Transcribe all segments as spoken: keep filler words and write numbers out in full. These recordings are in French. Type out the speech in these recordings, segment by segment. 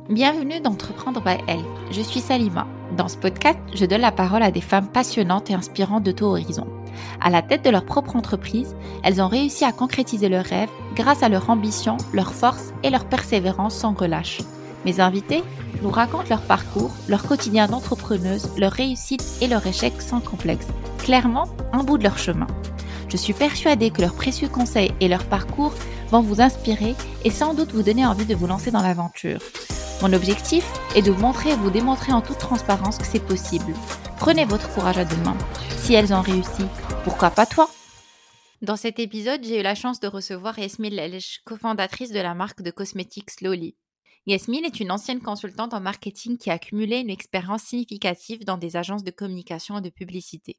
Bienvenue dans Entreprendre by Elle. Je suis Salima. Dans ce podcast, je donne la parole à des femmes passionnantes et inspirantes de tous horizons. À la tête de leur propre entreprise, elles ont réussi à concrétiser leurs rêves grâce à leur ambition, leur force et leur persévérance sans relâche. Mes invités nous racontent leur parcours, leur quotidien d'entrepreneuse, leur réussite et leurs échecs sans complexe. Clairement, un bout de leur chemin. Je suis persuadée que leurs précieux conseils et leur parcours vont vous inspirer et sans doute vous donner envie de vous lancer dans l'aventure. Mon objectif est de vous montrer et vous démontrer en toute transparence que c'est possible. Prenez votre courage à deux mains. Si elles ont réussi, pourquoi pas toi ? Dans cet épisode, j'ai eu la chance de recevoir Yasmine Lelch, cofondatrice de la marque de cosmétiques Slowly. Yasmine est une ancienne consultante en marketing qui a accumulé une expérience significative dans des agences de communication et de publicité.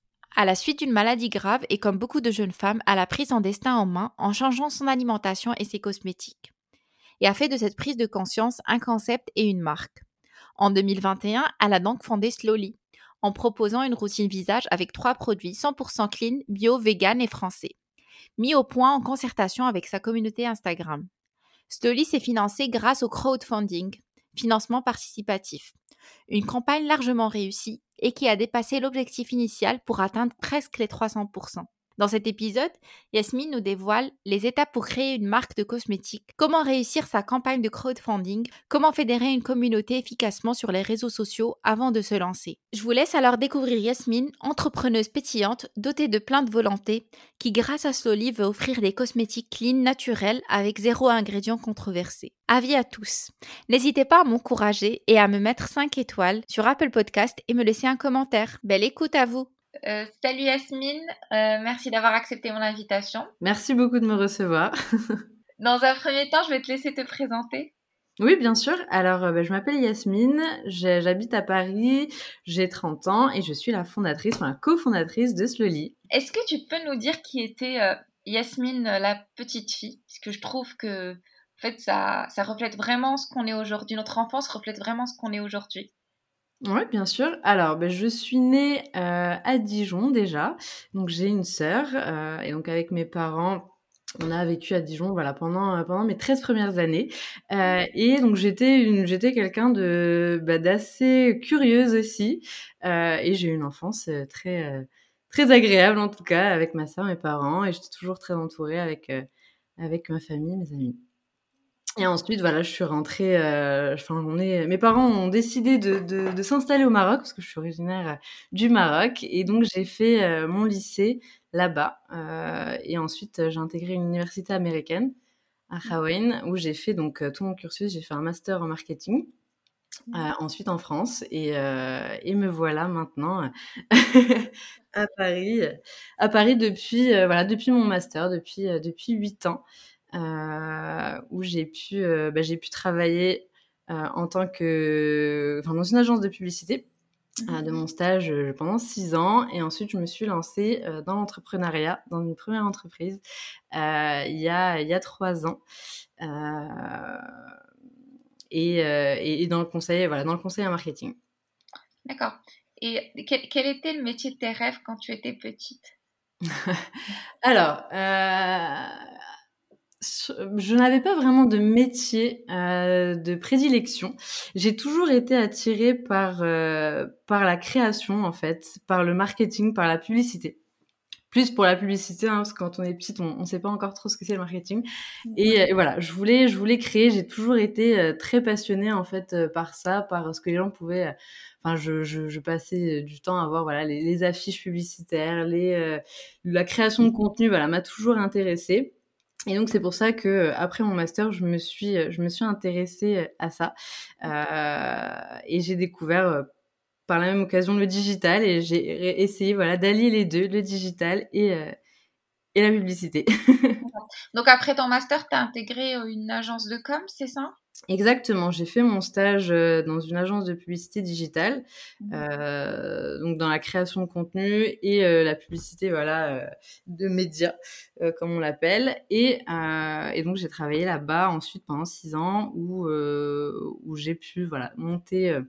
À la suite d'une maladie grave et comme beaucoup de jeunes femmes, elle a pris son destin en main en changeant son alimentation et ses cosmétiques. Et a fait de cette prise de conscience un concept et une marque. En deux mille vingt et un, elle a donc fondé Slowly, en proposant une routine visage avec trois produits cent pour cent clean, bio, vegan et français, mis au point en concertation avec sa communauté Instagram. Slowly s'est financé grâce au crowdfunding, financement participatif, une campagne largement réussie et qui a dépassé l'objectif initial pour atteindre presque les trois cents pour cent. Dans cet épisode, Yasmine nous dévoile les étapes pour créer une marque de cosmétiques, comment réussir sa campagne de crowdfunding, comment fédérer une communauté efficacement sur les réseaux sociaux avant de se lancer. Je vous laisse alors découvrir Yasmine, entrepreneuse pétillante, dotée de plein de volonté, qui grâce à Slowly veut offrir des cosmétiques clean, naturels, avec zéro ingrédient controversé. Avis à tous. N'hésitez pas à m'encourager et à me mettre cinq étoiles sur Apple Podcast et me laisser un commentaire. Belle écoute à vous. Euh, salut Yasmine, euh, merci d'avoir accepté mon invitation. Merci beaucoup de me recevoir. Dans un premier temps, je vais te laisser te présenter. Oui, bien sûr. Alors, euh, bah, je m'appelle Yasmine, j'ai, j'habite à Paris, j'ai trente ans et je suis la fondatrice, enfin la cofondatrice de Slowly. Est-ce que tu peux nous dire qui était euh, Yasmine, euh, la petite fille ? Parce que je trouve que en fait, ça, ça reflète vraiment ce qu'on est aujourd'hui. Notre enfance reflète vraiment ce qu'on est aujourd'hui. Oui, bien sûr. Alors, ben, je suis née euh, à Dijon déjà. Donc, j'ai une sœur. Euh, et donc, avec mes parents, on a vécu à Dijon voilà, pendant, pendant mes treize premières années. Euh, et donc, j'étais, une, j'étais quelqu'un de, bah, d'assez curieuse aussi. Euh, et j'ai eu une enfance très, euh, très agréable, en tout cas, avec ma sœur, mes parents. Et j'étais toujours très entourée avec, euh, avec ma famille, mes amis. Et ensuite, voilà, je suis rentrée. Euh, enfin, on est. Mes parents ont décidé de, de, de s'installer au Maroc parce que je suis originaire du Maroc, et donc j'ai fait euh, mon lycée là-bas. Euh, et ensuite, j'ai intégré une université américaine à Khawaïn où j'ai fait donc tout mon cursus. J'ai fait un master en marketing. Euh, ensuite en France et, euh, et me voilà maintenant à Paris, à Paris depuis euh, voilà depuis mon master, depuis euh, depuis huit ans. Euh, où j'ai pu, euh, bah, j'ai pu travailler euh, en tant que, enfin, dans une agence de publicité euh, de mon stage euh, pendant six ans. Et ensuite, je me suis lancée euh, dans l'entrepreneuriat, dans une première entreprise, euh, il y a, il y a trois ans. Euh, et, euh, et, et dans le conseil, voilà, dans le conseil en marketing. D'accord. Et quel, quel était le métier de tes rêves quand tu étais petite ? Alors, euh, je n'avais pas vraiment de métier euh, de prédilection. J'ai toujours été attirée par euh, par la création en fait, par le marketing, par la publicité. Plus pour la publicité, hein, parce que quand on est petite, on ne sait pas encore trop ce que c'est le marketing. Et, et voilà, je voulais je voulais créer. J'ai toujours été euh, très passionnée en fait euh, par ça, par ce que les gens pouvaient. Euh, enfin, je, je je passais du temps à voir voilà les, les affiches publicitaires, les euh, la création de contenu. Voilà, m'a toujours intéressée. Et donc c'est pour ça que après mon master, je me suis je me suis intéressée à ça euh, et j'ai découvert euh, par la même occasion le digital et j'ai essayé voilà d'allier les deux, le digital et euh, et la publicité. Donc après ton master, tu as intégré une agence de com, c'est ça ? Exactement, j'ai fait mon stage euh, dans une agence de publicité digitale, euh, donc dans la création de contenu et euh, la publicité voilà euh, de médias euh, comme on l'appelle, et euh, et donc j'ai travaillé là-bas ensuite pendant six ans où euh, où j'ai pu voilà monter euh,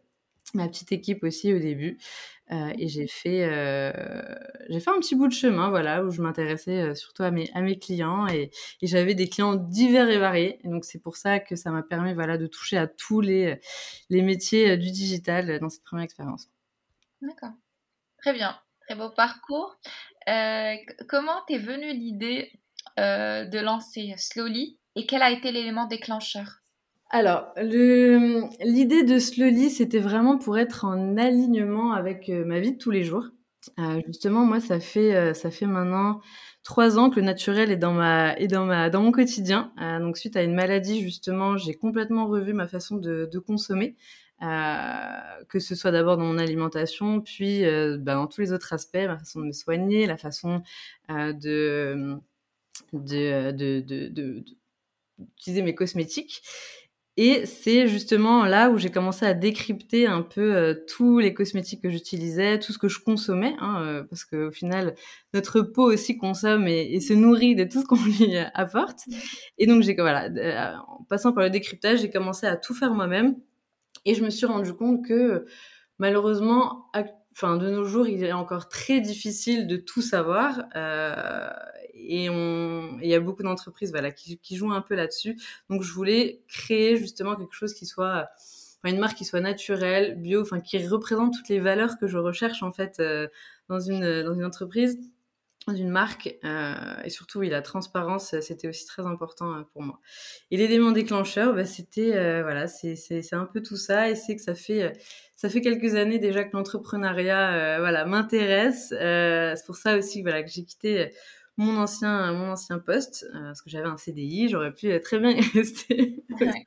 ma petite équipe aussi au début. Heu et j'ai fait, heu, j'ai fait un petit bout de chemin, voilà, où je m'intéressais, heu, surtout à mes à mes clients et et j'avais des clients divers et variés et donc c'est pour ça que ça m'a permis, voilà, de toucher à tous les, heu, les métiers, heu, du digital, heu, dans cette première expérience. D'accord. Très bien, très beau parcours. Heu, c comment t'es venue l'idée, heu, de lancer Slowly et quel a été l'élément déclencheur? Alors, le, mmh, l'idée de Slowly, c'était vraiment pour être en alignement avec, heu, ma vie de tous les jours. Heu, justement, moi, ça fait, heu, ça fait maintenant trois ans que le naturel est dans ma est dans ma dans mon quotidien. Heu, donc suite à une maladie, justement, j'ai complètement revu ma façon de de consommer, heu, que ce soit d'abord dans mon alimentation, puis, heu, bah, dans tous les autres aspects, ma façon de me soigner, la façon, heu, de, mmh, de, de de de d'utiliser mes cosmétiques et c'est justement là où j'ai commencé à décrypter un peu, heu, tous les cosmétiques que j'utilisais, tout ce que je consommais, hein, heu, parce qu'au final, notre peau aussi consomme et et se nourrit de tout ce qu'on lui apporte et donc j'ai voilà, d heu, en passant par le décryptage, j'ai commencé à tout faire moi-même et je me suis rendu compte que, malheureusement, ac enfin, de nos jours, il est encore très difficile de tout savoir, heu et on il y a beaucoup d'entreprises, voilà, qui qui jouent un peu là-dessus. Donc je voulais créer justement quelque chose qui soit, enfin, une marque qui soit naturelle, bio, enfin, qui représente toutes les valeurs que je recherche, en fait, heu, dans une, dans une entreprise, dans une marque, heu et surtout, oui, la transparence, heu, c'était aussi très important, heu, pour moi. Et l'élément déclencheur, bah, c'était, heu, voilà, c'est c'est c'est un peu tout ça et c'est que ça fait, heu, ça fait quelques années déjà que l'entrepreneuriat, heu, voilà, m'intéresse. Heu, c'est pour ça aussi, voilà, que j'ai quitté, heu, mon ancien mon ancien poste, heu, parce que j'avais un C D I, j'aurais pu, heu, très bien y rester Ouais.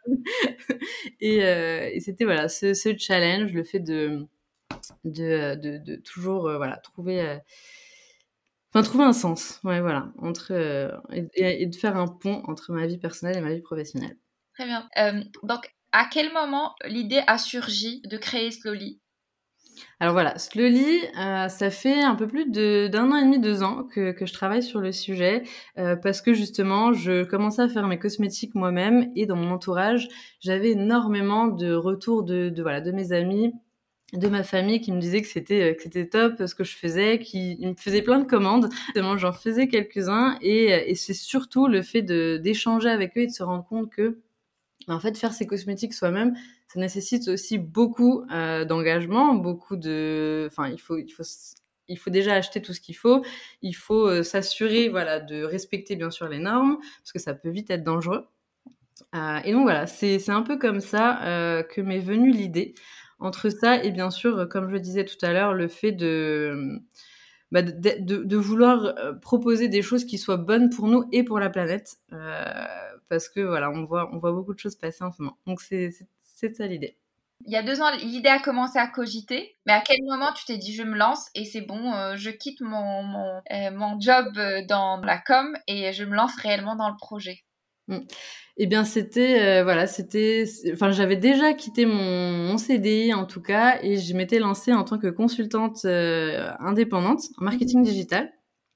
et heu et c'était, voilà, ce ce challenge, le fait de, de, heu, de de toujours, heu, voilà, trouver, heu, enfin, trouver un sens, ouais, voilà, entre, heu et et et de faire un pont entre ma vie personnelle et ma vie professionnelle. Très bien. Hem, donc à quel moment l'idée a surgi de créer Slowly? Alors voilà, Slowly, heu, ça fait un peu plus de d'un an et demi, deux ans que que je travaille sur le sujet, heu, parce que justement, je commençais à faire mes cosmétiques moi-même et dans mon entourage, j'avais énormément de retours de de voilà, de mes amis, de ma famille qui me disaient que c'était, heu, que c'était top, ce que je faisais, qui ils me faisaient plein de commandes. Justement, j'en faisais quelques-uns et heu et c'est surtout le fait de d'échanger avec eux et de se rendre compte que, bah, en fait, faire ses cosmétiques soi-même, ça nécessite aussi beaucoup, heu, d'engagement, beaucoup de enfin, il faut il faut s il faut déjà acheter tout ce qu'il faut. Il faut, heu, s'assurer, voilà, de respecter bien sûr les normes, parce que ça peut vite être dangereux. Heu et donc voilà, c'est c'est un peu comme ça, heu, que m'est venue l'idée. Entre ça et bien sûr, heu, comme je le disais tout à l'heure, le fait de, mmh, bah, de d'être de de vouloir, heu, proposer des choses qui soient bonnes pour nous et pour la planète, heu, parce que voilà, on voit on voit beaucoup de choses passer en ce moment. Donc c'est c'est c'est ça l'idée. Il y a deux ans, l'idée a commencé à cogiter, mais à quel moment tu t'es dit: «Je me lance et c'est bon, heu, je quitte mon mon, heu, mon job, heu, dans la com et je me lance réellement dans le projet»? Mmh. Et bien c'était, heu, voilà, c'était c enfin j'avais déjà quitté mon mon C D I en tout cas et je m'étais lancée en tant que consultante, heu, indépendante en Mmh. marketing digital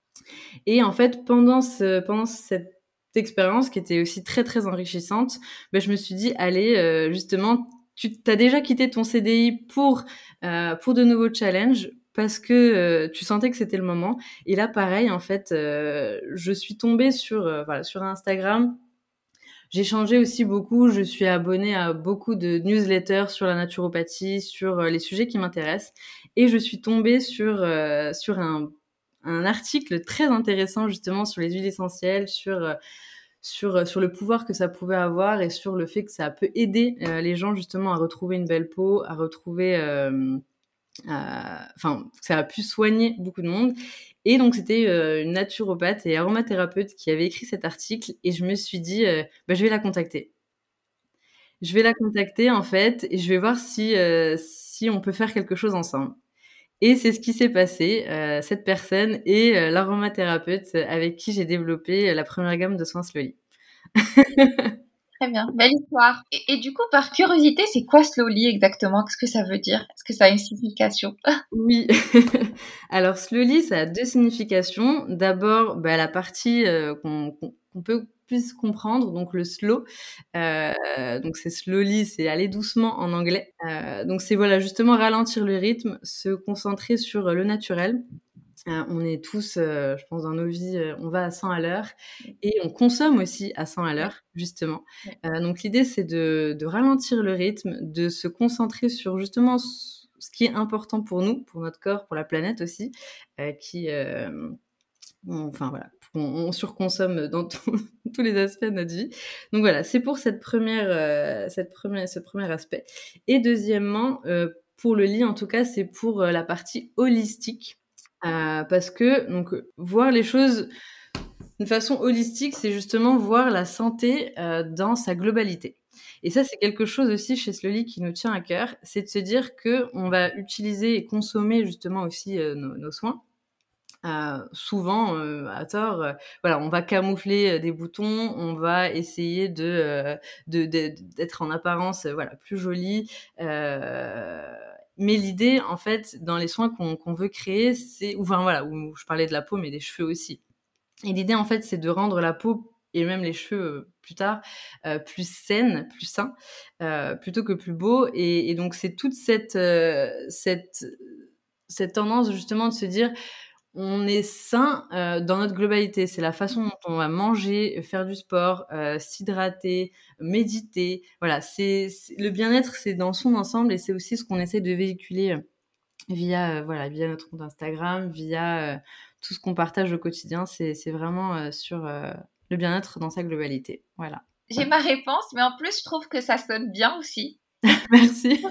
et en fait pendant ce pendant cette expérience qui était aussi très, très enrichissante, bah, je me suis dit: «Allez, heu, justement, tu tu as déjà quitté ton C D I pour, heu, pour de nouveaux challenges parce que, heu, tu sentais que c'était le moment» et là pareil en fait, heu, je suis tombée sur, heu, voilà, sur Instagram. J'ai changé aussi beaucoup, je suis abonnée à beaucoup de newsletters sur la naturopathie, sur, heu, les sujets qui m'intéressent et je suis tombée sur, heu, sur un un article très intéressant justement sur les huiles essentielles, sur, heu, sur, heu, sur le pouvoir que ça pouvait avoir et sur le fait que ça peut aider, heu, les gens justement à retrouver une belle peau, à retrouver, hem, heu, enfin, ça a pu soigner beaucoup de monde et donc c'était, heu, une naturopathe et aromathérapeute qui avait écrit cet article et je me suis dit, heu: «Bah, je vais la contacter». Je vais la contacter en fait et je vais voir si, heu, si on peut faire quelque chose ensemble et c'est ce qui s'est passé. Heu, cette personne est, heu, l'aromathérapeute avec qui j'ai développé la première gamme de soins Slowly. Très bien, belle histoire. Et, et du coup, par curiosité, c'est quoi Slowly exactement? Qu'est-ce que ça veut dire? Est-ce que ça a une signification? Oui. Alors slowly, ça a deux significations. D'abord, bah, la partie, heu, qu'on qu'on qu'on peut plus comprendre, donc le slow, heu, donc c'est slowly, c'est aller doucement en anglais. Heu, donc c'est voilà, justement ralentir le rythme, se concentrer sur, heu, le naturel. Heu, on est tous, heu, je pense dans nos vies, heu, on va à cent à l'heure et on consomme aussi à cent à Ouais, l'heure, justement. ouais. Heu, donc l'idée, c'est de de ralentir le rythme, de se concentrer sur justement ce ce qui est important pour nous, pour notre corps, pour la planète aussi, heu, qui, hem, on enfin voilà, on on surconsomme dans tous tous les aspects de notre vie. Donc voilà, c'est pour cette première, heu, cette première ce premier aspect et deuxièmement, heu, pour le lit en tout cas, c'est pour, heu, la partie holistique. Heu, parce que donc, heu, voir les choses d'une façon holistique, c'est justement voir la santé, heu, dans sa globalité et ça, c'est quelque chose aussi chez Slowly qui nous tient à cœur, c'est de se dire qu'on va utiliser et consommer justement aussi, heu, nos nos soins, heu, souvent, heu, à tort, heu, voilà, on va camoufler, heu, des boutons, on va essayer de, heu, de de d'être en apparence, heu, voilà, plus jolie, heu, mais l'idée, en fait, dans les soins qu'on qu'on veut créer, c'est ou enfin, voilà, où je parlais de la peau, mais des cheveux aussi et l'idée, en fait, c'est de rendre la peau et même les cheveux, heu, plus tard, heu, plus saines, plus sains, heu, plutôt que plus beaux et et donc c'est toute cette, heu, cette, cette tendance justement de se dire: on est sain, heu, dans notre globalité. C'est la façon dont on va manger, faire du sport, heu, s'hydrater, méditer. Voilà, c'est c'est le bien-être, c'est dans son ensemble et c'est aussi ce qu'on essaie de véhiculer, heu, via, heu, voilà, via notre compte Instagram, via, heu, tout ce qu'on partage au quotidien. C'est c'est vraiment, heu, sur, heu, le bien-être dans sa globalité. Voilà. J'ai ma réponse, mais en plus, je trouve que ça sonne bien aussi. Merci.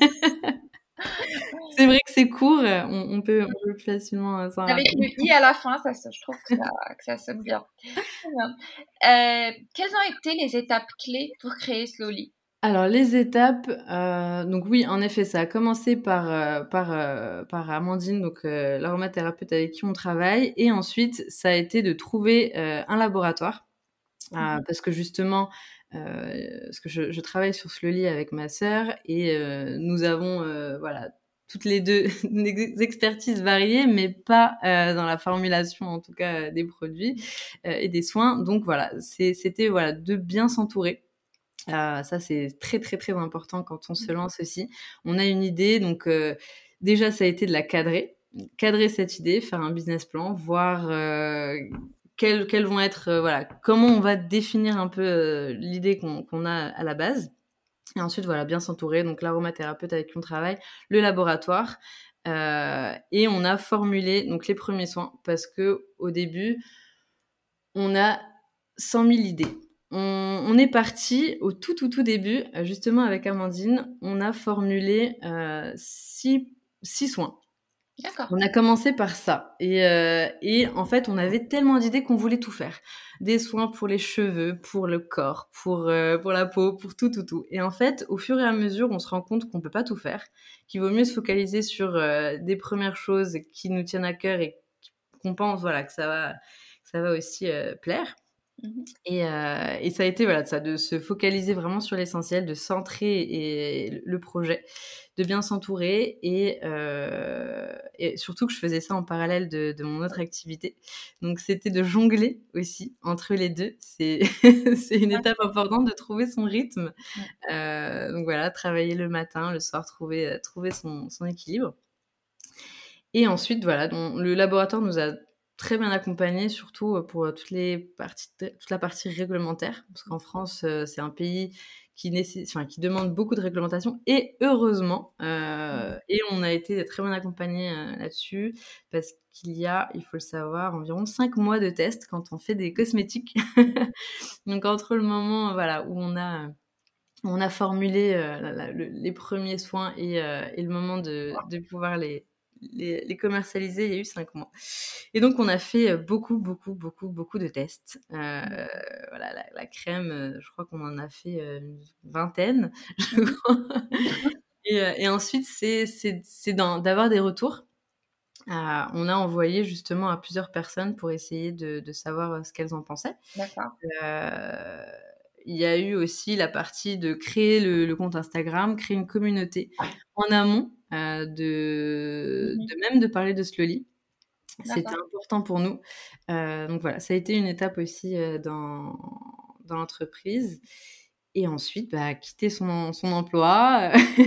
C'est vrai que c'est court, heu, on on peut on peut plus facilement, heu, s'en Avec rappeler. le i à la fin, ça se je trouve que ça que ça sonne bien. Très bien. Heu, quelles ont été les étapes clés pour créer Slowly? Alors les étapes, heu, donc oui, en effet, ça a commencé par, heu, par, heu, par Amandine, donc heu, l'aromathérapeute avec qui on travaille et ensuite ça a été de trouver, heu, un laboratoire. Heu, Mmh. parce que justement, heu, parce que je je travaille sur Slowly avec ma sœur et heu, nous avons, heu, voilà, toutes les deux des ex expertises variées, mais pas, heu, dans la formulation en tout cas, heu, des produits, heu et des soins. Donc voilà, c'est c'était voilà, de bien s'entourer. Heu, ça, c'est très, très, très important quand on se lance aussi. On a une idée, donc heu, déjà, ça a été de la cadrer. Cadrer cette idée, faire un business plan, voir, heu, quelles quelles vont être, heu, voilà, comment on va définir un peu, heu, l'idée qu'on qu'on a à la base et ensuite, voilà, bien s'entourer, donc l'aromathérapeute avec qui on travaille, le laboratoire, heu et on a formulé donc les premiers soins parce qu'au début, on a cent mille idées. On on est parti au tout, tout, tout début, heu, justement avec Amandine, on a formulé, heu, six 6 soins. D'accord. On a commencé par ça et heu et en fait, on avait tellement d'idées qu'on voulait tout faire. Des soins pour les cheveux, pour le corps, pour, heu, pour la peau, pour tout, tout, tout et en fait, au fur et à mesure, on se rend compte qu'on peut pas tout faire, qu'il vaut mieux se focaliser sur, heu, des premières choses qui nous tiennent à cœur et qu'on pense, voilà, que ça va que ça va aussi, heu, plaire Mmh. et heu et ça a été, voilà, ça, de se focaliser vraiment sur l'essentiel, de centrer et le le projet, de bien s'entourer et heu et surtout que je faisais ça en parallèle de de mon autre activité. Donc c'était de jongler aussi entre les deux. C'est c'est une étape importante de trouver son rythme. Ouais. Heu, donc voilà, travailler le matin, le soir, trouver, heu, trouver son son équilibre et ensuite, voilà, don le laboratoire nous a très bien accompagnés, surtout, heu, pour, heu, toutes les parties t toute la partie réglementaire. Parce qu'en France, heu, c'est un pays qui nécess enfin, qui demande beaucoup de réglementation et heureusement, heu et on a été très bien accompagnés, heu, là-dessus. Parce qu'il y a, il faut le savoir, environ cinq mois de tests quand on fait des cosmétiques. Donc entre le moment, voilà, où on a, heu, on a formulé, heu, la la le les premiers soins et heu et le moment de de pouvoir les les les commercialiser, il y a eu cinq mois et donc on a fait, heu, beaucoup, beaucoup, beaucoup, beaucoup de tests. Heu, voilà, la la crème, heu, je crois qu'on en a fait, heu, une vingtaine, je Mmh. crois et heu et ensuite c'est c'est c'est d'en d'avoir des retours. Heu, on a envoyé justement à plusieurs personnes pour essayer de de savoir, heu, ce qu'elles en pensaient. D'accord. Heu il y a eu aussi la partie de créer le, le compte Instagram, créer une communauté en amont euh, de, Mhm. de même de parler de Slowly. C'était D'accord. important pour nous. Euh, donc voilà, ça a été une étape aussi euh, dans, dans l'entreprise. Et ensuite, bah, quitter son, son emploi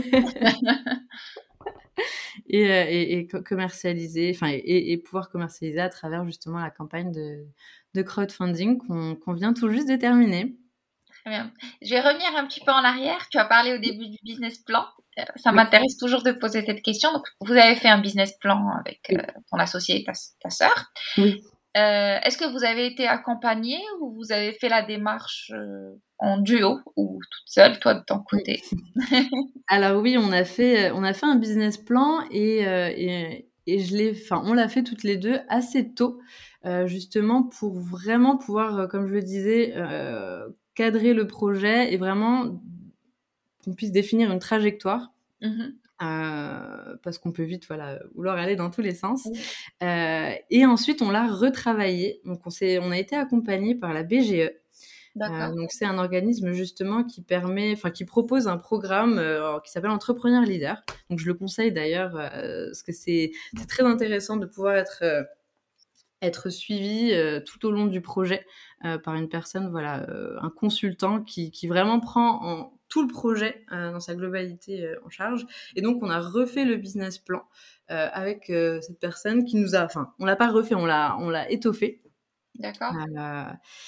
et, euh, et, et commercialiser, enfin, et, et pouvoir commercialiser à travers justement la campagne de, de crowdfunding qu'on qu'on vient tout juste de terminer. Très bien. Je vais revenir un petit peu en arrière. Tu as parlé au début du business plan. Euh, ça Oui, m'intéresse toujours de poser cette question. Donc, vous avez fait un business plan avec euh, oui, ton associé et ta, ta sœur. oui. Euh, est-ce que vous avez été accompagné ou vous avez fait la démarche euh, en duo ou toute seule, toi de ton côté? Alors oui, on a fait, on a fait un business plan et, euh, et, et je l'ai, enfin, on l'a fait toutes les deux assez tôt, euh, justement pour vraiment pouvoir, euh, comme je le disais, euh, cadrer le projet et vraiment qu'on puisse définir une trajectoire. Mhm. Euh, parce qu'on peut vite voilà, vouloir aller dans tous les sens. Oui. Euh, et ensuite, on l'a retravaillé. Donc, on, s'est, on a été accompagné par la B G E. Euh, D'accord. donc, c'est un organisme justement qui permet, enfin, qui propose un programme euh, qui s'appelle Entrepreneur Leader. Donc, je le conseille d'ailleurs euh, parce que c'est, c'est très intéressant de pouvoir être euh, être suivi euh, tout au long du projet euh, par une personne, voilà, euh, un consultant qui, qui vraiment prend en, tout le projet euh, dans sa globalité euh, en charge. Et donc, on a refait le business plan euh, avec euh, cette personne qui nous a, enfin, on l'a pas refait, on l'a, on l'a étoffé. D'accord. Euh,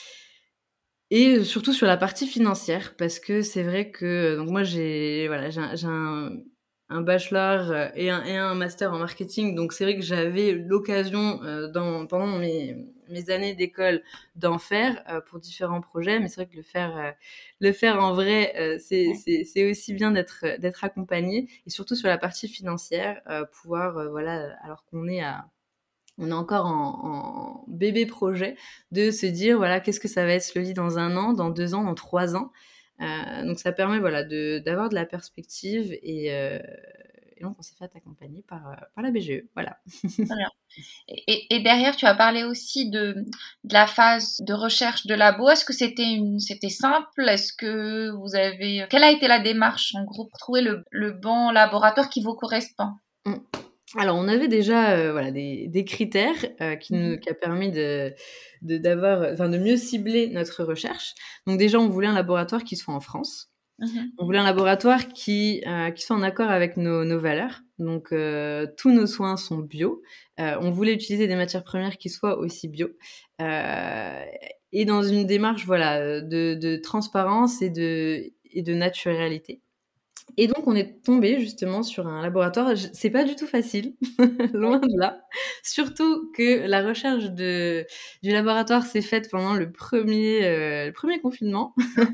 et surtout sur la partie financière, parce que c'est vrai que donc moi j'ai voilà j'ai un, j'ai un, un bachelor euh, et un, et un master en marketing, donc c'est vrai que j'avais l'occasion euh, dans, pendant mes, mes années d'école d'en faire euh, pour différents projets, mais c'est vrai que le faire euh, le faire en vrai euh, c'est, c'est, c'est aussi bien d'être d'être accompagné et surtout sur la partie financière euh, pouvoir euh, voilà alors qu'on est à on est encore en, en bébé projet de se dire voilà qu'est-ce que ça va être le lit dans un an, dans deux ans, dans trois ans. Euh, donc ça permet voilà de d'avoir de la perspective et, euh, et donc on s'est fait accompagner par euh, par la B G E. Voilà. Très bien. Et, et derrière, tu as parlé aussi de, de la phase de recherche de labo. Est-ce que c'était une, c'était simple? Est-ce que vous avez, quelle a été la démarche en gros pour trouver le, le bon laboratoire qui vous correspond? Mm. Alors, on avait déjà euh, voilà, des, des critères euh, qui nous Mhm. qui a permis de, de, d'avoir, enfin, de mieux cibler notre recherche. Donc déjà, on voulait un laboratoire qui soit en France. Mhm. On voulait un laboratoire qui, euh, qui soit en accord avec nos, nos valeurs. Donc, euh, tous nos soins sont bio. Euh, on voulait utiliser des matières premières qui soient aussi bio. Euh, et dans une démarche voilà, de, de transparence et de, et de naturalité. Et donc, on est tombé justement sur un laboratoire. C'est pas du tout facile, loin de là. Surtout que la recherche de, du laboratoire s'est faite pendant le premier, euh, le premier confinement.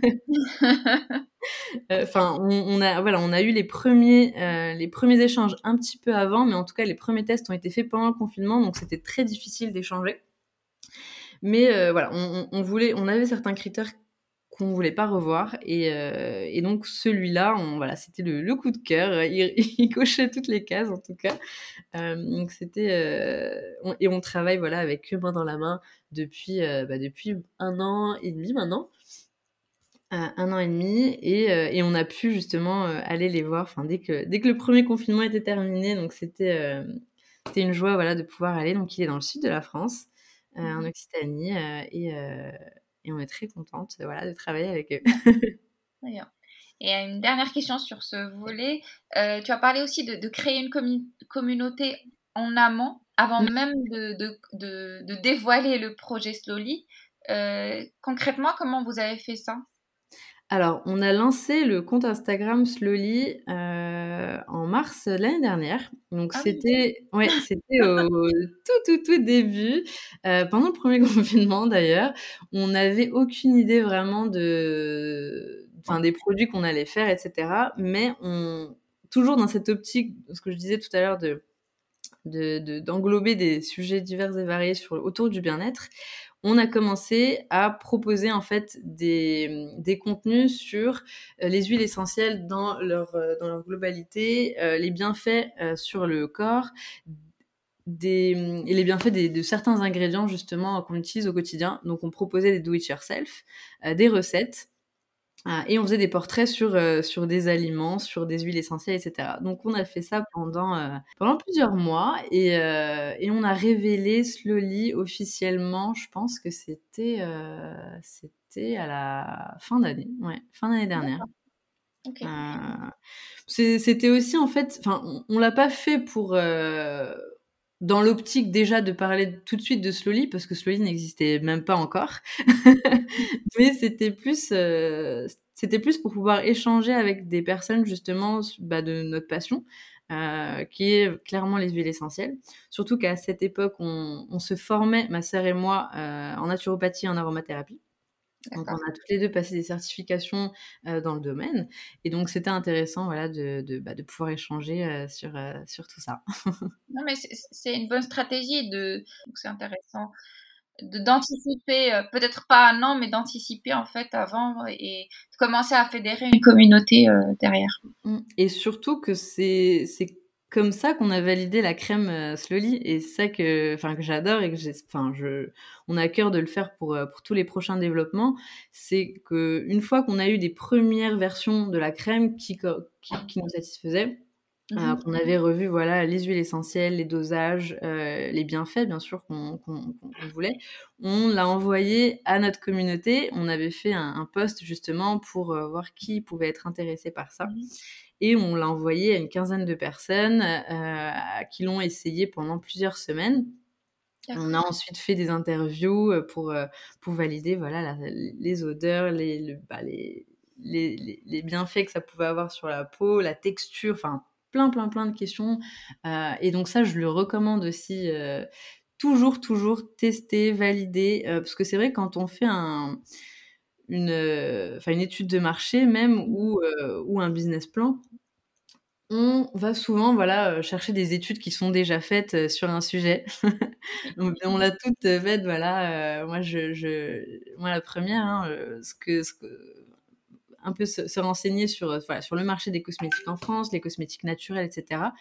Enfin, on, on a, voilà, on a eu les premiers, euh, les premiers échanges un petit peu avant, mais en tout cas, les premiers tests ont été faits pendant le confinement, donc c'était très difficile d'échanger. Mais euh, voilà, on, on, voulait, on avait certains critères qu'on voulait pas revoir, et, euh, et donc celui-là, on, voilà, c'était le, le coup de cœur. Il, il cochait toutes les cases en tout cas. Euh, donc c'était, euh, on, et on travaille voilà avec eux main dans la main depuis, euh, bah, depuis un an et demi maintenant. Un an et demi et, euh, et on a pu justement euh, aller les voir enfin dès que dès que le premier confinement était terminé, donc c'était euh, c'était une joie voilà de pouvoir aller. Donc il est dans le sud de la France, euh, en Mhm. Occitanie, euh, et euh, et on est très contente voilà de travailler avec eux. D'ailleurs. Et une dernière question sur ce volet. Euh, tu as parlé aussi de, de créer une commu- communauté en amont, avant même de, de, de, de dévoiler le projet Slowly. Euh, concrètement, comment vous avez fait ça? Alors, on a lancé le compte Instagram Slowly euh, en mars de l'année dernière. Donc, Ah oui. c'était ouais, c'était au tout, tout, tout début, euh, pendant le premier confinement d'ailleurs. On n'avait aucune idée vraiment de, enfin, des produits qu'on allait faire, et cetera. Mais on, toujours dans cette optique, ce que je disais tout à l'heure de de, de, d'englober des sujets divers et variés sur, autour du bien-être, on a commencé à proposer en fait des, des contenus sur euh, les huiles essentielles dans leur, euh, dans leur globalité, euh, les bienfaits euh, sur le corps, des, et les bienfaits des, de certains ingrédients justement qu'on utilise au quotidien. Donc on proposait des do-it-yourself, euh, des recettes. Ah, et on faisait des portraits sur, heu, sur des aliments, sur des huiles essentielles et cetera. Donc on a fait ça pendant, heu, pendant plusieurs mois et heu et on a révélé Slowly officiellement, je pense que c'était, heu, c'était à la fin d'année, ouais, fin d'année dernière. D'accord. OK. Heu, c'est c'était aussi en fait enfin, on on l'a pas fait pour, heu, dans l'optique déjà de parler tout de suite de Slowly parce que Slowly n'existait même pas encore. Mais c'était plus, heu, c'était plus pour pouvoir échanger avec des personnes justement s bah, de notre passion, heu, qui est clairement les huiles essentielles. Surtout qu'à cette époque, on on se formait, ma sœur et moi, heu, en naturopathie et en aromathérapie. Donc on D'accord. a toutes les deux passé des certifications, heu, dans le domaine et donc c'était intéressant, voilà, de de, bah, de pouvoir échanger, heu, sur, heu, sur tout ça. Non, mais c'est c'est une bonne stratégie de donc c'est intéressant de d'anticiper, heu, peut-être pas un an, mais d'anticiper en fait avant et de commencer à fédérer une communauté, heu, derrière. Mmh et surtout que c'est c'est comme ça qu'on a validé la crème, heu, Slowly et c'est ça que enfin que j'adore et que j'es enfin je on a à cœur de le faire pour, heu, pour tous les prochains développements. C'est qu'une fois qu'on a eu des premières versions de la crème qui co qui qui nous satisfaisaient, Mmh heu, mh. qu'on avait revu voilà les huiles essentielles, les dosages, heu, les bienfaits bien sûr qu'on qu'on qu'on qu'on voulait. On l'a envoyé à notre communauté. On avait fait un un post justement pour, heu, voir qui pouvait être intéressé par ça Mmh. et on l'a envoyé à une quinzaine de personnes, heu, qui l'ont essayé pendant plusieurs semaines. On a D'accord. ensuite fait des interviews, heu, pour, heu, pour valider voilà la les odeurs, les le bah, les les les les bienfaits que ça pouvait avoir sur la peau, la texture, enfin plein, plein, plein de questions, heu et donc ça, je le recommande aussi, heu, toujours, toujours tester, valider, heu, parce que c'est vrai quand on fait un une, heu, enfin une étude de marché même Mmh. ou, heu, ou un business plan, on va souvent, voilà, heu, chercher des études qui sont déjà faites, heu, sur un sujet. Oui. On on l'a toutes, heu, faites, voilà, heu, moi je je moi la première, hein, heu, ce que ce que un peu se se renseigner sur, heu, voilà, sur le marché des cosmétiques en France, les cosmétiques naturels et cetera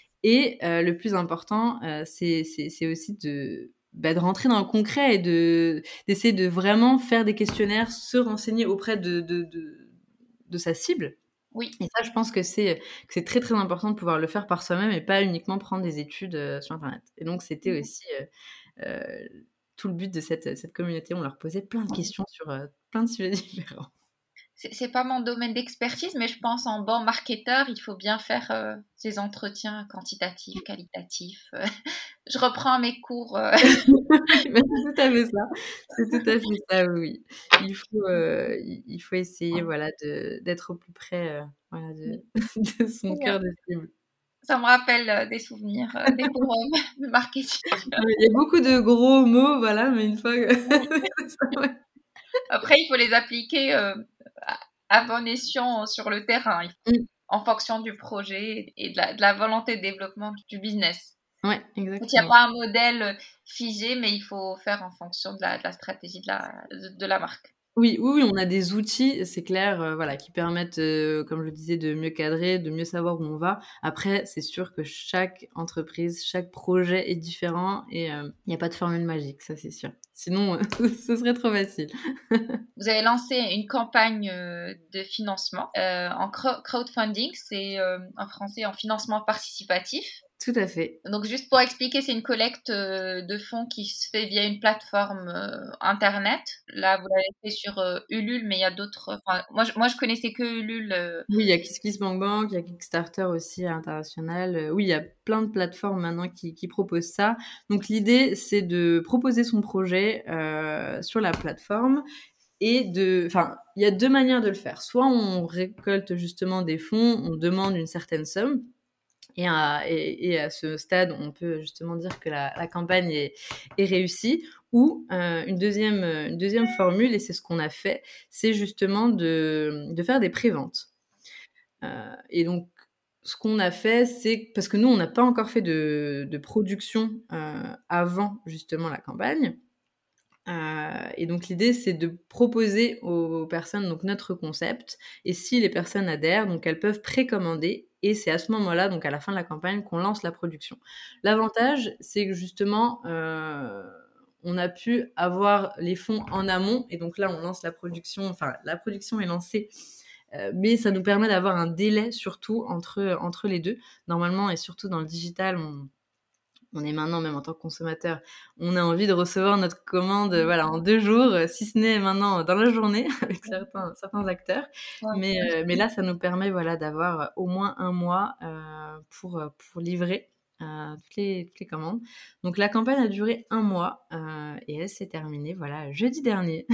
et heu, le plus important, heu, c'est c'est c'est aussi de, bah, de rentrer dans le concret et de d'essayer de vraiment faire des questionnaires, se renseigner auprès de de de de sa cible Oui. et ça, je pense que c'est, que c'est très, très important de pouvoir le faire par soi-même et pas uniquement prendre des études, heu, sur internet et donc c'était Mmh. aussi, heu heu, tout le but de cette, cette communauté. On leur posait plein de questions sur, heu, plein de sujets différents. C'est c'est pas mon domaine d'expertise, mais je pense en bon marketeur, il faut bien faire, heu, ses entretiens quantitatifs, qualitatifs, heu. Je reprends mes cours, heu Mais c'est tout à fait ça. C'est tout à fait ça, oui, oui. Il faut, heu, il il faut essayer, voilà, de d'être au plus près, heu, voilà, de de son Très bien. cœur de cible. Ça me rappelle, heu, des souvenirs, heu, des forums de marketing. Ouais, il y a beaucoup de gros mots, voilà, mais une fois que Oui. ça ouais. Après, il faut les appliquer, heu, à à bon escient sur le terrain, il Mmh. en fonction du projet et de la de la volonté de développement du business. Ouais, Donc il y a exactement. pas un modèle, heu, figé, mais il faut faire en fonction de la de la stratégie de la de de la marque. Oui, oui, oui, on a des outils, c'est clair, heu, voilà, qui permettent, heu, comme je le disais, de mieux cadrer, de mieux savoir où on va. Après, c'est sûr que chaque entreprise, chaque projet est différent et hem, il y a pas de formule magique, ça c'est sûr. Sinon, heu, ce serait trop facile. Vous avez lancé une campagne, heu, de financement, heu, en crow crowdfunding, c'est, heu, en français en financement participatif. Tout à fait. Donc juste pour expliquer, c'est une collecte, heu, de fonds qui se fait via une plateforme, heu, internet. Là, vous l'avez fait sur, heu, Ulule, mais il y a d'autres enfin, moi je moi je connaissais que Ulule, heu Oui, il y a KissKissBankBank, il y a Kickstarter aussi à l'international, heu, oui, il y a plein de plateformes maintenant qui qui proposent ça. Donc l'idée, c'est de proposer son projet, heu, sur la plateforme et de enfin, il y a deux manières de le faire. Soit on récolte justement des fonds, on demande une certaine somme et à et et à ce stade, on peut justement dire que la la campagne est est réussie ou heu, une deuxième heu, une deuxième formule et c'est ce qu'on a fait, c'est justement de de faire des préventes. Heu et donc ce qu'on a fait, c'est parce que nous, on n'a pas encore fait de de production, heu, avant justement la campagne. Heu et donc l'idée, c'est de proposer aux personnes donc notre concept et si les personnes adhèrent, donc elles peuvent précommander et c'est à ce moment-là, donc à la fin de la campagne, qu'on lance la production. L'avantage, c'est que justement, heu, on a pu avoir les fonds en amont. Et donc là, on lance la production. Enfin, la production est lancée. Euh, mais ça nous permet d'avoir un délai surtout entre, entre les deux. Normalement, et surtout dans le digital, on, on est maintenant, même en tant que consommateur, on a envie de recevoir notre commande voilà, en deux jours, si ce n'est maintenant dans la journée, avec certains, certains acteurs. Ouais. Mais, euh, mais là, ça nous permet voilà, d'avoir au moins un mois euh, pour, pour livrer euh, toutes, les, toutes les commandes. Donc la campagne a duré un mois euh, et elle s'est terminée voilà, jeudi dernier.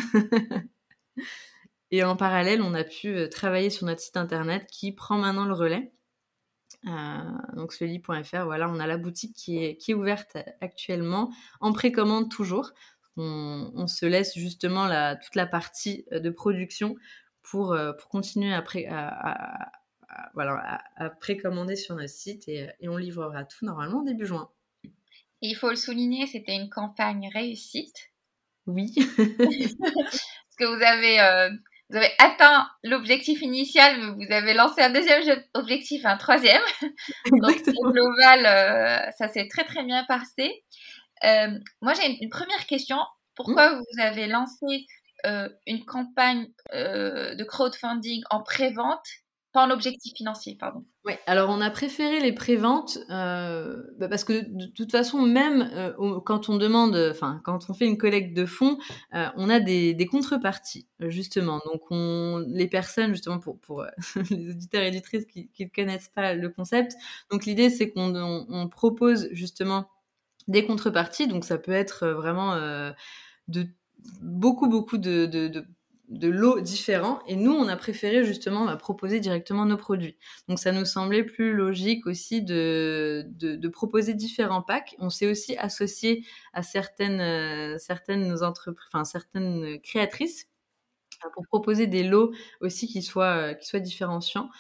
Et en parallèle, on a pu travailler sur notre site internet qui prend maintenant le relais. Euh, donc Slowly point F R, voilà, on a la boutique qui est, qui est ouverte actuellement, en précommande toujours. On, on se laisse justement la, toute la partie de production pour, pour continuer à, pré, à, à, à, voilà, à, à précommander sur notre site et, et on livrera tout normalement début juin. Et il faut le souligner, c'était une campagne réussite. Oui. Parce que vous avez... Euh... Vous avez atteint l'objectif initial, mais vous avez lancé un deuxième objectif, un troisième. Donc, au global, euh, ça s'est très, très bien passé. Euh, moi, j'ai une, une première question. Pourquoi mmh. vous avez lancé euh, une campagne euh, de crowdfunding en pré-vente, pas en objectif financier, pardon? Oui, alors on a préféré les préventes euh, bah parce que de, de toute façon, même euh, quand on demande, enfin quand on fait une collecte de fonds, euh, on a des, des contreparties justement. Donc on, les personnes justement pour pour les auditeurs et éditrices qui qui ne connaissent pas le concept, donc l'idée c'est qu'on on, on propose justement des contreparties. Donc ça peut être vraiment euh, de beaucoup beaucoup de, de, de de lots différents et nous on a préféré justement bah, proposer directement nos produits. Donc ça nous semblait plus logique aussi de, de, de proposer différents packs. On s'est aussi associé à certaines euh, certaines entreprises, enfin certaines créatrices pour proposer des lots aussi qui soient euh, qui soient différenciants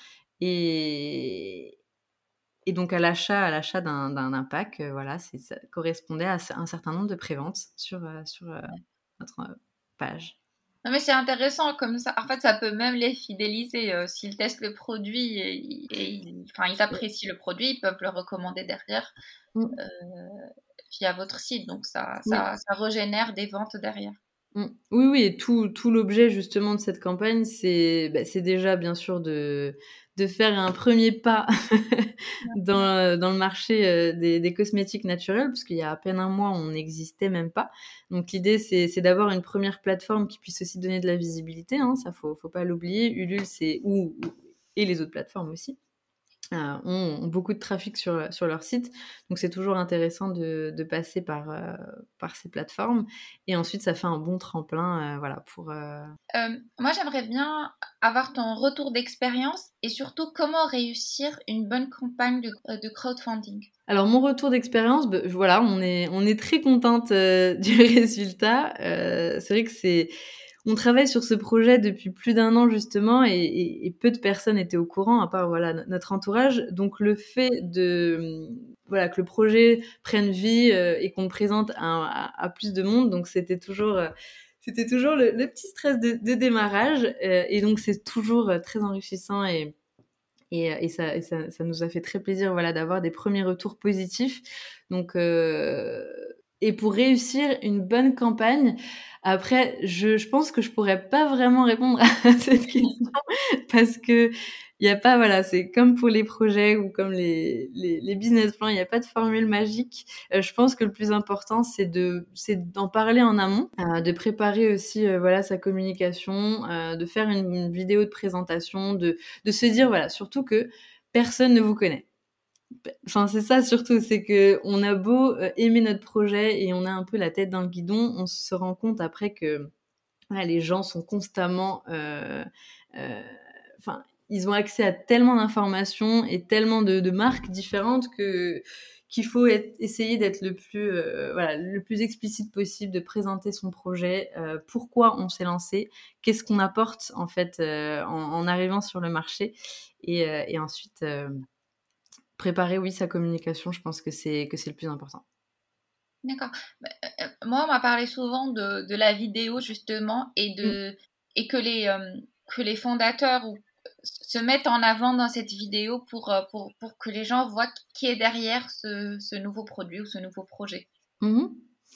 et et donc à l'achat à l'achat d'un d'un, d'un pack euh, voilà, c'est ça correspondait à un certain nombre de préventes sur euh, sur euh, notre page. Non mais c'est intéressant comme ça. En fait, ça peut même les fidéliser euh, s'ils testent le produit et, et enfin ils apprécient le produit, ils peuvent le recommander derrière euh, via votre site. Donc ça, ça, ça régénère des ventes derrière. Oui, oui, et tout, tout l'objet justement de cette campagne, c'est, bah, c'est déjà bien sûr de, de faire un premier pas dans, dans le marché des, des cosmétiques naturels, parce qu'il y a à peine un mois, on n'existait même pas. Donc l'idée, c'est, c'est d'avoir une première plateforme qui puisse aussi donner de la visibilité, hein, ça faut, faut pas l'oublier. Ulule, c'est ou, et les autres plateformes aussi. Euh, ont, ont beaucoup de trafic sur, sur leur site. Donc, c'est toujours intéressant de, de passer par, euh, par ces plateformes. Et ensuite, ça fait un bon tremplin euh, voilà, pour... Euh... Euh, moi, j'aimerais bien avoir ton retour d'expérience et surtout comment réussir une bonne campagne de, de crowdfunding. Alors, mon retour d'expérience, bah, voilà, on est, on est très contente euh, du résultat. Euh, c'est vrai que c'est... On travaille sur ce projet depuis plus d'un an justement et, et, et peu de personnes étaient au courant à part voilà notre entourage. Donc le fait de voilà que le projet prenne vie euh, et qu'on le présente à, à, à plus de monde, donc c'était toujours euh, c'était toujours le, le petit stress de, de démarrage euh, et donc c'est toujours très enrichissant et et, et, ça, et ça, ça nous a fait très plaisir voilà d'avoir des premiers retours positifs. Donc euh, et pour réussir une bonne campagne, après, je, je pense que je pourrais pas vraiment répondre à cette question parce que il y a pas, voilà, c'est comme pour les projets ou comme les, les, les business plans, il n'y a pas de formule magique. Euh, je pense que le plus important, c'est de, c'est d'en parler en amont, euh, de préparer aussi, euh, voilà, sa communication, euh, de faire une, une vidéo de présentation, de, de se dire, voilà, surtout que personne ne vous connaît. Enfin, c'est ça surtout, c'est que on a beau aimer notre projet et on a un peu la tête dans le guidon, on se rend compte après que voilà, les gens sont constamment, euh, euh, enfin, ils ont accès à tellement d'informations et tellement de, de marques différentes que qu'il faut être, essayer d'être le plus, euh, voilà, le plus explicite possible, de présenter son projet, euh, pourquoi on s'est lancé, qu'est-ce qu'on apporte en fait euh, en, en arrivant sur le marché, et, euh, et ensuite. Euh, Préparer, oui, sa communication, je pense que c'est, que c'est le plus important. D'accord. Euh, moi, on m'a parlé souvent de, de la vidéo, justement, et, de, mmh. et que, les, euh, que les fondateurs ou, se mettent en avant dans cette vidéo pour, pour, pour que les gens voient qui est derrière ce, ce nouveau produit ou ce nouveau projet. Mmh.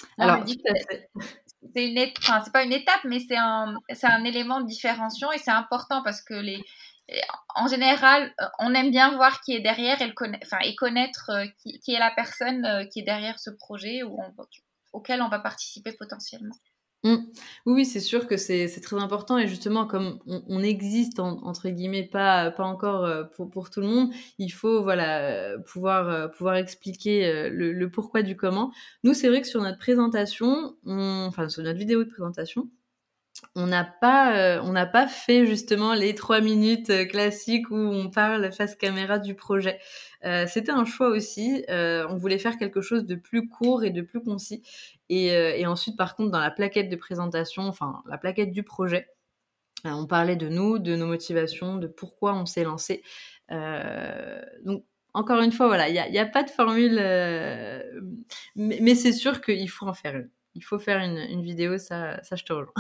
Non, je Alors, dis tout à que fait. c'est une é- enfin, c'est pas une étape, mais c'est un, c'est un élément de différenciation et c'est important parce que les, en général, euh, on aime bien voir qui est derrière et, le conna- enfin, et connaître euh, qui, qui est la personne euh, qui est derrière ce projet ou on- auquel on va participer potentiellement. Mmh. Oui, oui, c'est sûr que c'est c'est très important et justement comme on on existe en entre guillemets pas pas encore, heu, pour pour tout le monde, il faut voilà, heu, pouvoir, heu, pouvoir expliquer, heu, le le pourquoi du comment. Nous, c'est vrai que sur notre présentation, on enfin sur notre vidéo de présentation, on n'a pas, heu, on n'a pas fait justement les trois minutes, heu, classiques où on parle face caméra du projet. Heu, c'était un choix aussi, heu, on voulait faire quelque chose de plus court et de plus concis et heu et ensuite par contre dans la plaquette de présentation, enfin la plaquette du projet, heu, on parlait de nous, de nos motivations, de pourquoi on s'est lancé. Heu, donc encore une fois, voilà, il y a il y a pas de formule, heu, mais mais c'est sûr qu'il faut en faire une. Il faut faire une une vidéo, ça ça je te rejoins.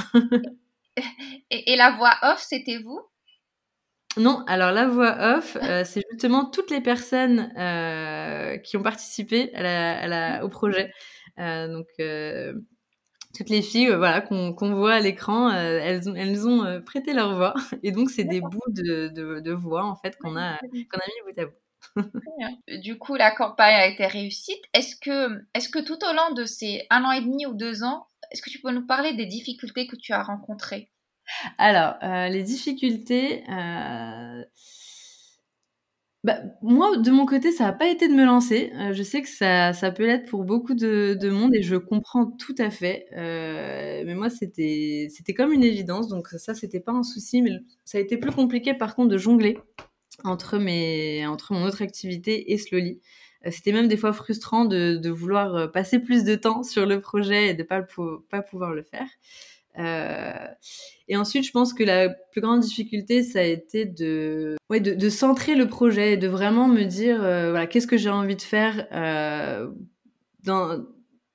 Et, et la voix off, c'était vous? Non, alors la voix off, heu, c'est justement toutes les personnes, heu, qui ont participé à la à la au projet. Heu, donc heu, toutes les filles, heu, voilà, qu'on qu'on voit à l'écran, heu, elles ont elles nous ont, heu, prêté leur voix et donc c'est des bouts de de de voix, en fait, qu'on a qu'on a mis bout à bout. Du coup, la campagne a été réussite. Est-ce que, est-ce que tout au long de ces un an et demi ou deux ans, est-ce que tu peux nous parler des difficultés que tu as rencontrées? Alors, heu, les difficultés, heu, bah, moi, de mon côté, ça a pas été de me lancer. Heu, je sais que ça ça peut l'être pour beaucoup de de monde et je comprends tout à fait. Heu, mais moi, c'était c'était comme une évidence, donc ça, c'était pas un souci. Mais l ça a été plus compliqué, par contre, de jongler entre mes entre mon autre activité et Slowly. Heu, c'était même des fois frustrant de de vouloir, heu, passer plus de temps sur le projet et de pas le pou pas pouvoir le faire. Heu et ensuite, je pense que la plus grande difficulté, ça a été de ouais, de de centrer le projet et de vraiment me dire, heu, voilà, qu'est-ce que j'ai envie de faire, heu, dans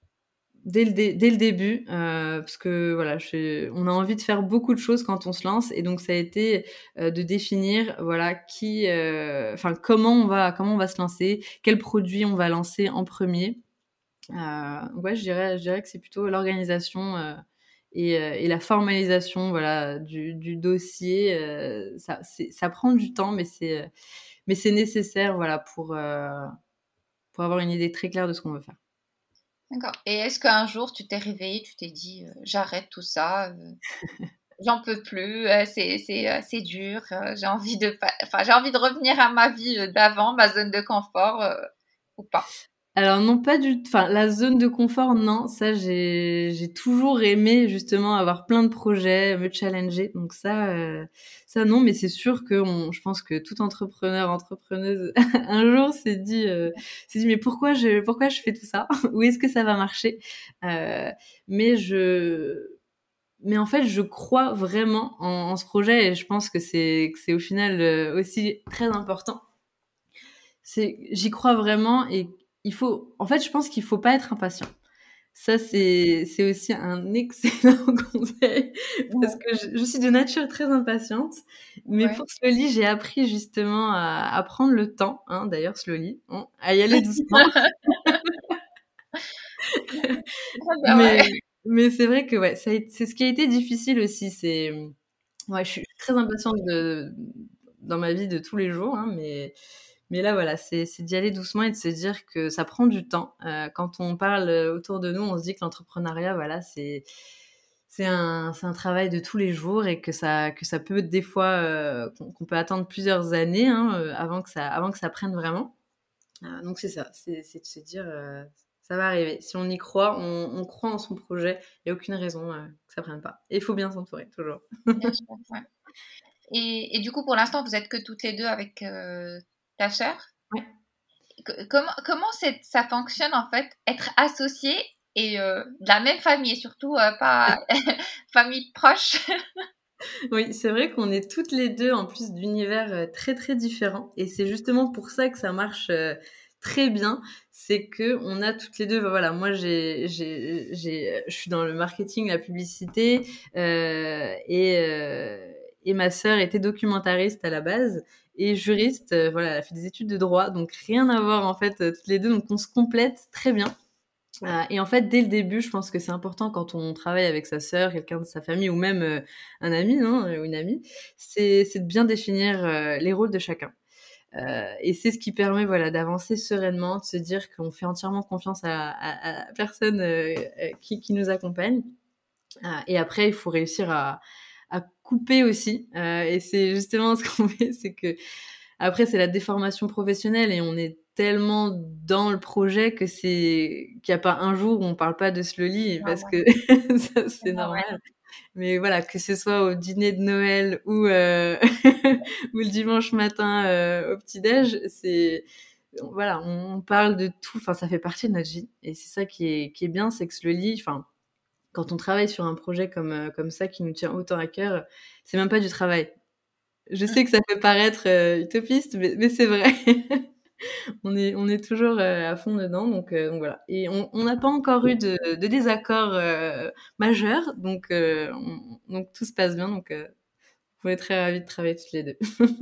dès le dé dès le début, heu, parce que voilà, je on a envie de faire beaucoup de choses quand on se lance et donc ça a été, heu, de définir, voilà, qui, heu, enfin, comment on va comment on va se lancer, quel produit on va lancer en premier. Heu, ouais, je dirais je dirais que c'est plutôt l'organisation, heu et heu et la formalisation, voilà, du du dossier, heu, ça c'est ça prend du temps, mais c'est, heu, mais c'est nécessaire, voilà, pour, heu, pour avoir une idée très claire de ce qu'on veut faire. D'accord. Et est-ce qu'un jour, tu t'es réveillée, tu t'es dit, euh, j'arrête tout ça, euh, j'en peux plus, euh, c'est, c'est, euh, c'est dur, euh, j'ai envie de, pa- enfin, j'ai envie de revenir à ma vie euh, d'avant, ma zone de confort, euh, ou pas? Alors non, pas du enfin la zone de confort, non, ça j'ai j'ai toujours aimé justement avoir plein de projets, me challenger, donc ça, heu, ça non, mais c'est sûr que on je pense que tout entrepreneur, entrepreneuse un jour s'est dit, heu, s'est dit: «Mais pourquoi je pourquoi je fais tout ça? Où est-ce que ça va marcher?» heu, mais je mais en fait, je crois vraiment en en ce projet et je pense que c'est que c'est au final, heu, aussi très important. C'est j'y crois vraiment et il faut en fait, je pense qu'il faut pas être impatient. Ça, c'est c'est aussi un excellent conseil parce Ouais. que je je suis de nature très impatiente, mais Ouais. pour Slowly, j'ai appris justement à à prendre le temps, hein, d'ailleurs Slowly, hein, à y aller doucement. Très bien, Mais ouais. mais c'est vrai que ouais, ça a été c'est ce qui a été difficile aussi, c'est, mmh, ouais, je suis très impatiente de dans ma vie de tous les jours, hein, mais mais là, voilà, c'est c'est d'y aller doucement et de se dire que ça prend du temps. Heu, quand on parle, heu, autour de nous, on se dit que l'entrepreneuriat, voilà, c'est c'est un c'est un travail de tous les jours et que ça que ça peut des fois, heu, qu'on qu'on peut attendre plusieurs années, hein, heu, avant que ça avant que ça prenne vraiment. Heu, donc c'est ça, c'est c'est de se dire, heu: «Ça va arriver». Si on y croit, on on croit en son projet, il y a aucune raison, heu, que ça prenne pas et il faut bien s'entourer, toujours. Bien sûr, ouais. Et, et du coup, pour l'instant, vous êtes que toutes les deux avec euh, ta sœur. Ouais. Que- Comment, comment c'est- ça fonctionne en fait, être associé et euh, de la même famille, et surtout euh, pas famille proche? Oui, c'est vrai qu'on est toutes les deux en plus d'univers, heu, très, très différents et c'est justement pour ça que ça marche, heu, très bien. C'est qu'on a toutes les deux, bah, voilà, moi j'ai j'ai j'ai je suis dans le marketing, la publicité, heu et heu et ma sœur était documentariste à la base et juriste, heu, voilà, elle a fait des études de droit, donc rien à voir en fait, heu, toutes les deux, donc on se complète très bien. Euh, et en fait, dès le début, je pense que c'est important quand on travaille avec sa sœur, quelqu'un de sa famille ou même euh, un ami non, ou une amie, c'est, c'est de bien définir euh, les rôles de chacun. Euh, et c'est ce qui permet voilà, d'avancer sereinement, de se dire qu'on fait entièrement confiance à, à, à la personne euh, qui, qui nous accompagne. Euh, et après, il faut réussir à, à couper aussi. Euh, et c'est justement ce qu'on fait, c'est que après, c'est la déformation professionnelle et on est tellement dans le projet que c'est qu'il n'y a pas un jour où on parle pas de Slowly parce que ça, c'est normal. Mais voilà, que ce soit au dîner de Noël ou, euh, ou le dimanche matin euh, au petit-déj, c'est, voilà, on parle de tout. Enfin, ça fait partie de notre vie. Et c'est ça qui est, qui est bien, c'est que Slowly, enfin, quand on travaille sur un projet comme, euh, comme ça qui nous tient autant à cœur, c'est même pas du travail. Je sais que ça peut paraître euh, utopiste, mais, mais c'est vrai. on est on est toujours euh, à fond dedans, donc, euh, donc voilà. Et on on n'a pas encore eu de, de désaccord euh, majeur, donc euh, on, donc tout se passe bien, donc euh, on est très ravis de travailler toutes les deux.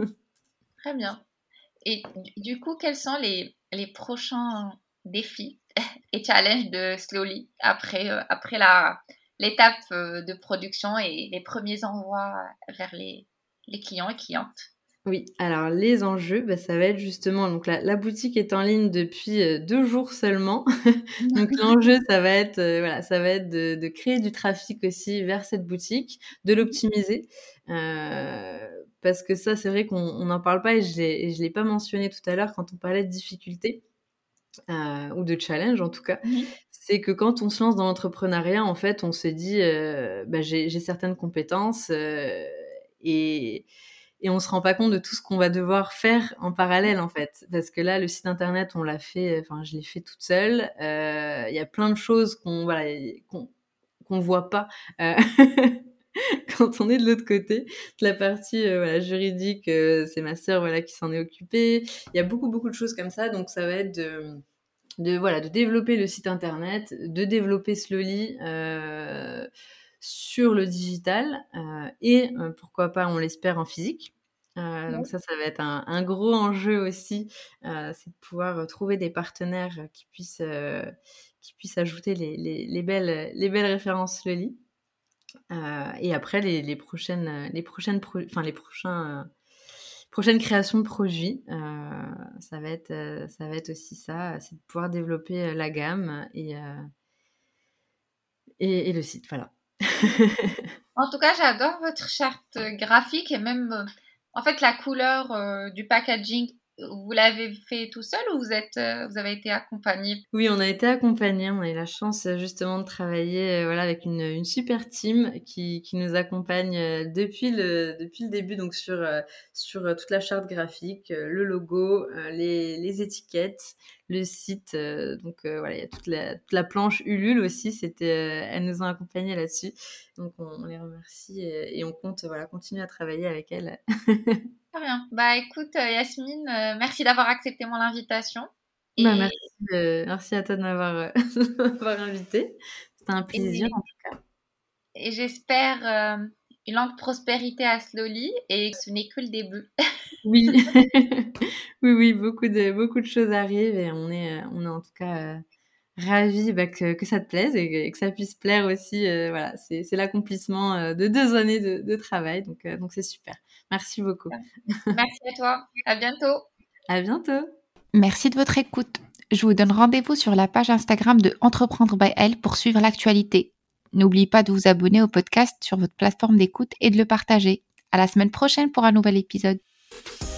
Très bien. Et du coup, quels sont les les prochains défis et challenges de Slowly après euh, après la l'étape euh, de production et les premiers envois vers les les clients et clientes? Oui, alors les enjeux, bah, ça va être justement, donc la, la boutique est en ligne depuis euh, deux jours seulement. Donc l'enjeu, ça va être, euh, voilà, ça va être de, de créer du trafic aussi vers cette boutique, de l'optimiser, euh, parce que ça, c'est vrai qu'on on n'en parle pas et je l'ai, et je l'ai pas mentionné tout à l'heure quand on parlait de difficultés euh, ou de challenge en tout cas. Mhm. C'est que quand on se lance dans l'entrepreneuriat, en fait, on se dit, euh, bah, j'ai, j'ai certaines compétences euh, et et on se rend pas compte de tout ce qu'on va devoir faire en parallèle en fait, parce que là le site internet on l'a fait, enfin je l'ai fait toute seule. Il euh, y a plein de choses qu'on voilà qu'on qu'on voit pas euh, quand on est de l'autre côté. La partie euh, voilà, juridique, euh, c'est ma sœur voilà qui s'en est occupée. Il y a beaucoup beaucoup de choses comme ça, donc ça va être de de voilà de développer le site internet, de développer Slowly euh, sur le digital euh, et euh, pourquoi pas on l'espère en physique. Euh, donc ça ça va être un, un gros enjeu aussi, euh, c'est de pouvoir trouver des partenaires qui puissent euh, qui puissent ajouter les, les, les belles les belles références Slowly. Euh, et après les, les prochaines les prochaines pro- enfin les prochains euh, prochaine création de produits, euh, ça va être, euh, ça va être aussi ça, c'est de pouvoir développer euh, la gamme et, euh, et, et le site, voilà. En tout cas, j'adore votre charte graphique et même, euh, en fait, la couleur euh, du packaging. Vous l'avez fait tout seul ou vous êtes, euh, vous avez été accompagné? Oui, on a été accompagnés, on a eu la chance justement de travailler euh, voilà, avec une, une super team qui, qui nous accompagne euh, depuis le, depuis le début, donc sur, euh, sur euh, toute la charte graphique, euh, le logo, euh, les, les étiquettes, le site. Euh, donc euh, voilà, il y a toute la, toute la planche Ulule aussi, c'était, euh, elles nous ont accompagnés là-dessus. Donc on, on les remercie et, et on compte voilà, continuer à travailler avec elles. Très bien. Bah écoute, euh, Yasmine, euh, merci d'avoir accepté mon invitation. Bah, Et, merci, euh, merci à toi de m'avoir, euh, de m'avoir invité. C'était un plaisir et, en tout cas. et j'espère euh, une longue prospérité à Slowly et ce n'est que le début. Oui, oui, oui, beaucoup de, beaucoup de choses arrivent et on est, euh, on est en tout cas euh, ravis bah, que, que ça te plaise et que, et que ça puisse plaire aussi. Euh, voilà, c'est, c'est l'accomplissement euh, de deux années de, de travail, donc, euh, donc c'est super. Merci beaucoup. Merci à toi. À bientôt. À bientôt. Merci de votre écoute. Je vous donne rendez-vous sur la page Instagram de Entreprendre by Elle pour suivre l'actualité. N'oubliez pas de vous abonner au podcast sur votre plateforme d'écoute et de le partager. À la semaine prochaine pour un nouvel épisode.